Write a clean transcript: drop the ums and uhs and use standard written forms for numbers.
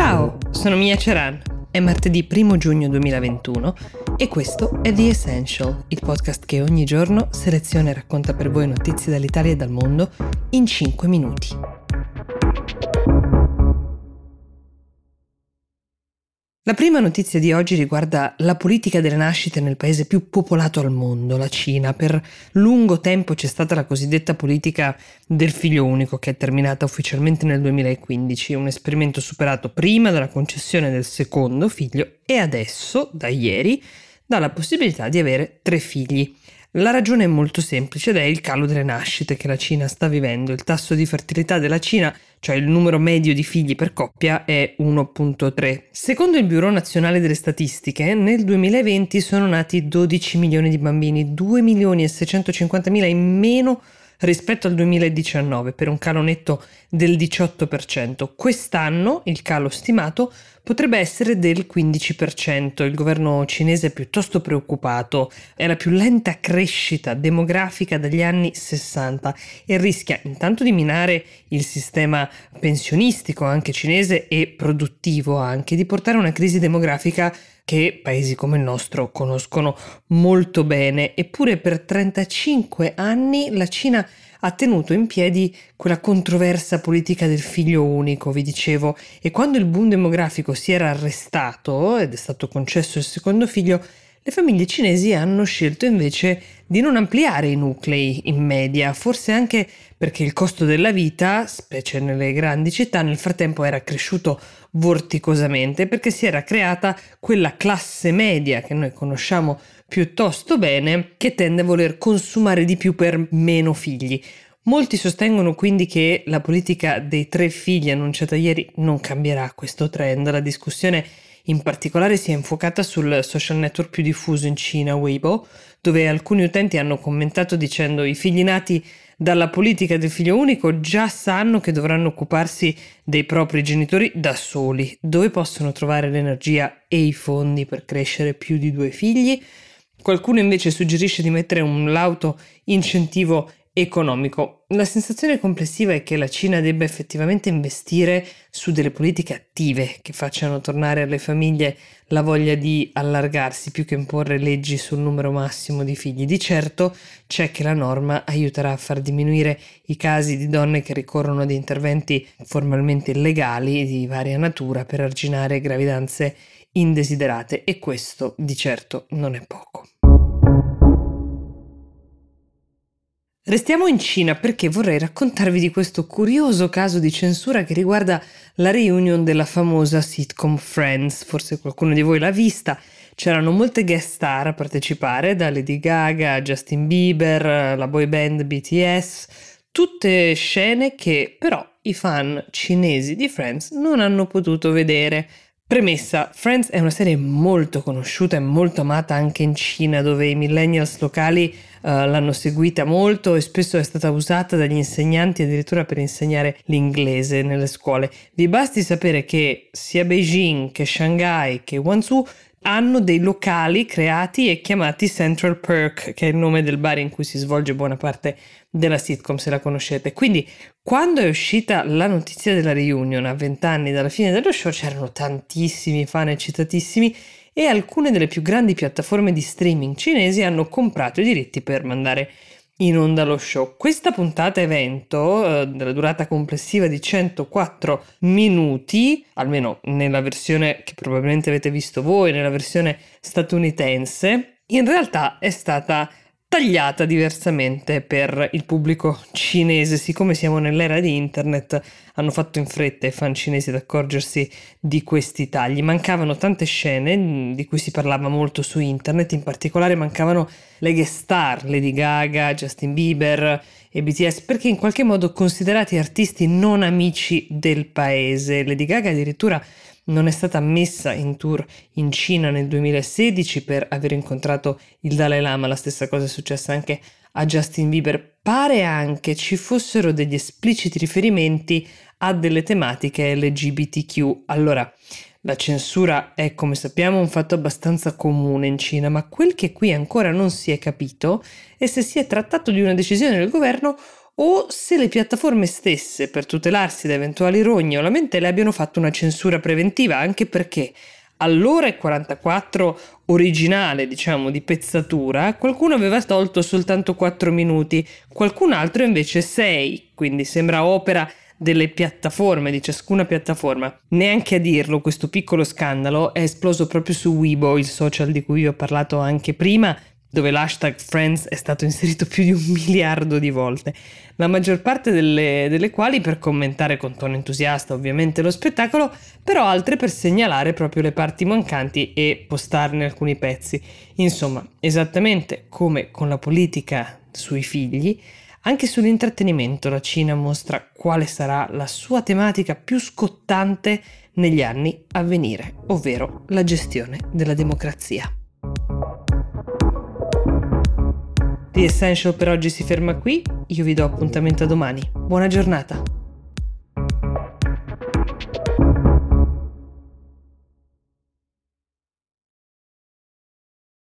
Ciao, sono Mia Ceran. È martedì 1 giugno 2021 e questo è The Essential, il podcast che ogni giorno seleziona e racconta per voi notizie dall'Italia e dal mondo in 5 minuti. La prima notizia di oggi riguarda la politica delle nascite nel paese più popolato al mondo, la Cina. Per lungo tempo c'è stata la cosiddetta politica del figlio unico, che è terminata ufficialmente nel 2015, un esperimento superato prima dalla concessione del secondo figlio e adesso, da ieri, dà la possibilità di avere 3 figli. La ragione è molto semplice ed è il calo delle nascite che la Cina sta vivendo. Il tasso di fertilità della Cina, cioè il numero medio di figli per coppia, è 1,3. Secondo il Bureau Nazionale delle Statistiche, nel 2020 sono nati 12 milioni di bambini, 2 milioni e 650 mila in meno rispetto al 2019, per un calo netto del 18%. Quest'anno il calo stimato potrebbe essere del 15%. Il governo cinese è piuttosto preoccupato. È la più lenta crescita demografica dagli anni 60 e rischia intanto di minare il sistema pensionistico anche cinese e produttivo anche, di portare a una crisi demografica che paesi come il nostro conoscono molto bene. Eppure per 35 anni la Cina ha tenuto in piedi quella controversa politica del figlio unico, vi dicevo, e quando il boom demografico si era arrestato ed è stato concesso il secondo figlio, le famiglie cinesi hanno scelto invece di non ampliare i nuclei in media, forse anche perché il costo della vita, specie nelle grandi città, nel frattempo era cresciuto vorticosamente, perché si era creata quella classe media che noi conosciamo piuttosto bene, che tende a voler consumare di più per meno figli. Molti sostengono quindi che la politica dei 3 figli annunciata ieri non cambierà questo trend. La discussione in particolare si è infuocata sul social network più diffuso in Cina, Weibo, dove alcuni utenti hanno commentato dicendo: i figli nati dalla politica del figlio unico già sanno che dovranno occuparsi dei propri genitori da soli. Dove possono trovare l'energia e i fondi per crescere più di 2 figli? Qualcuno invece suggerisce di mettere un lauto incentivo economico. La sensazione complessiva è che la Cina debba effettivamente investire su delle politiche attive che facciano tornare alle famiglie la voglia di allargarsi più che imporre leggi sul numero massimo di figli. Di certo c'è che la norma aiuterà a far diminuire i casi di donne che ricorrono ad interventi formalmente illegali di varia natura per arginare gravidanze indesiderate, e questo di certo non è poco. Restiamo in Cina perché vorrei raccontarvi di questo curioso caso di censura che riguarda la reunion della famosa sitcom Friends. Forse qualcuno di voi l'ha vista. C'erano molte guest star a partecipare, da Lady Gaga a Justin Bieber, la boy band BTS, tutte scene che però i fan cinesi di Friends non hanno potuto vedere. Premessa: Friends è una serie molto conosciuta e molto amata anche in Cina, dove i millennials locali l'hanno seguita molto e spesso è stata usata dagli insegnanti addirittura per insegnare l'inglese nelle scuole. Vi basti sapere che sia Beijing che Shanghai che Guangzhou hanno dei locali creati e chiamati Central Perk, che è il nome del bar in cui si svolge buona parte della sitcom, se la conoscete. Quindi quando è uscita la notizia della reunion a 20 anni dalla fine dello show, c'erano tantissimi fan eccitatissimi e alcune delle più grandi piattaforme di streaming cinesi hanno comprato i diritti per mandare in onda lo show. Questa puntata evento, della durata complessiva di 104 minuti, almeno nella versione che probabilmente avete visto voi, nella versione statunitense, in realtà è stata tagliata diversamente per il pubblico cinese. Siccome siamo nell'era di internet, hanno fatto in fretta i fan cinesi ad accorgersi di questi tagli. Mancavano tante scene di cui si parlava molto su internet, in particolare mancavano le guest star, Lady Gaga, Justin Bieber e BTS, perché in qualche modo considerati artisti non amici del paese. Lady Gaga addirittura non è stata ammessa in tour in Cina nel 2016 per aver incontrato il Dalai Lama. La stessa cosa è successa anche a Justin Bieber. Pare anche ci fossero degli espliciti riferimenti a delle tematiche LGBTQ. Allora, la censura è, come sappiamo, un fatto abbastanza comune in Cina, ma quel che qui ancora non si è capito è se si è trattato di una decisione del governo o se le piattaforme stesse, per tutelarsi da eventuali rogni o lamentele, abbiano fatto una censura preventiva, anche perché all'ora e 44 originale, diciamo, di pezzatura, qualcuno aveva tolto soltanto 4 minuti, qualcun altro invece 6, quindi sembra opera delle piattaforme, di ciascuna piattaforma. Neanche a dirlo, questo piccolo scandalo è esploso proprio su Weibo, il social di cui vi ho parlato anche prima, dove l'hashtag Friends è stato inserito più di 1 miliardo di volte, la maggior parte delle quali per commentare con tono entusiasta ovviamente lo spettacolo, però altre per segnalare proprio le parti mancanti e postarne alcuni pezzi. Insomma, esattamente come con la politica sui figli, anche sull'intrattenimento la Cina mostra quale sarà la sua tematica più scottante negli anni a venire, ovvero la gestione della democrazia. The Essential per oggi si ferma qui, io vi do appuntamento a domani. Buona giornata!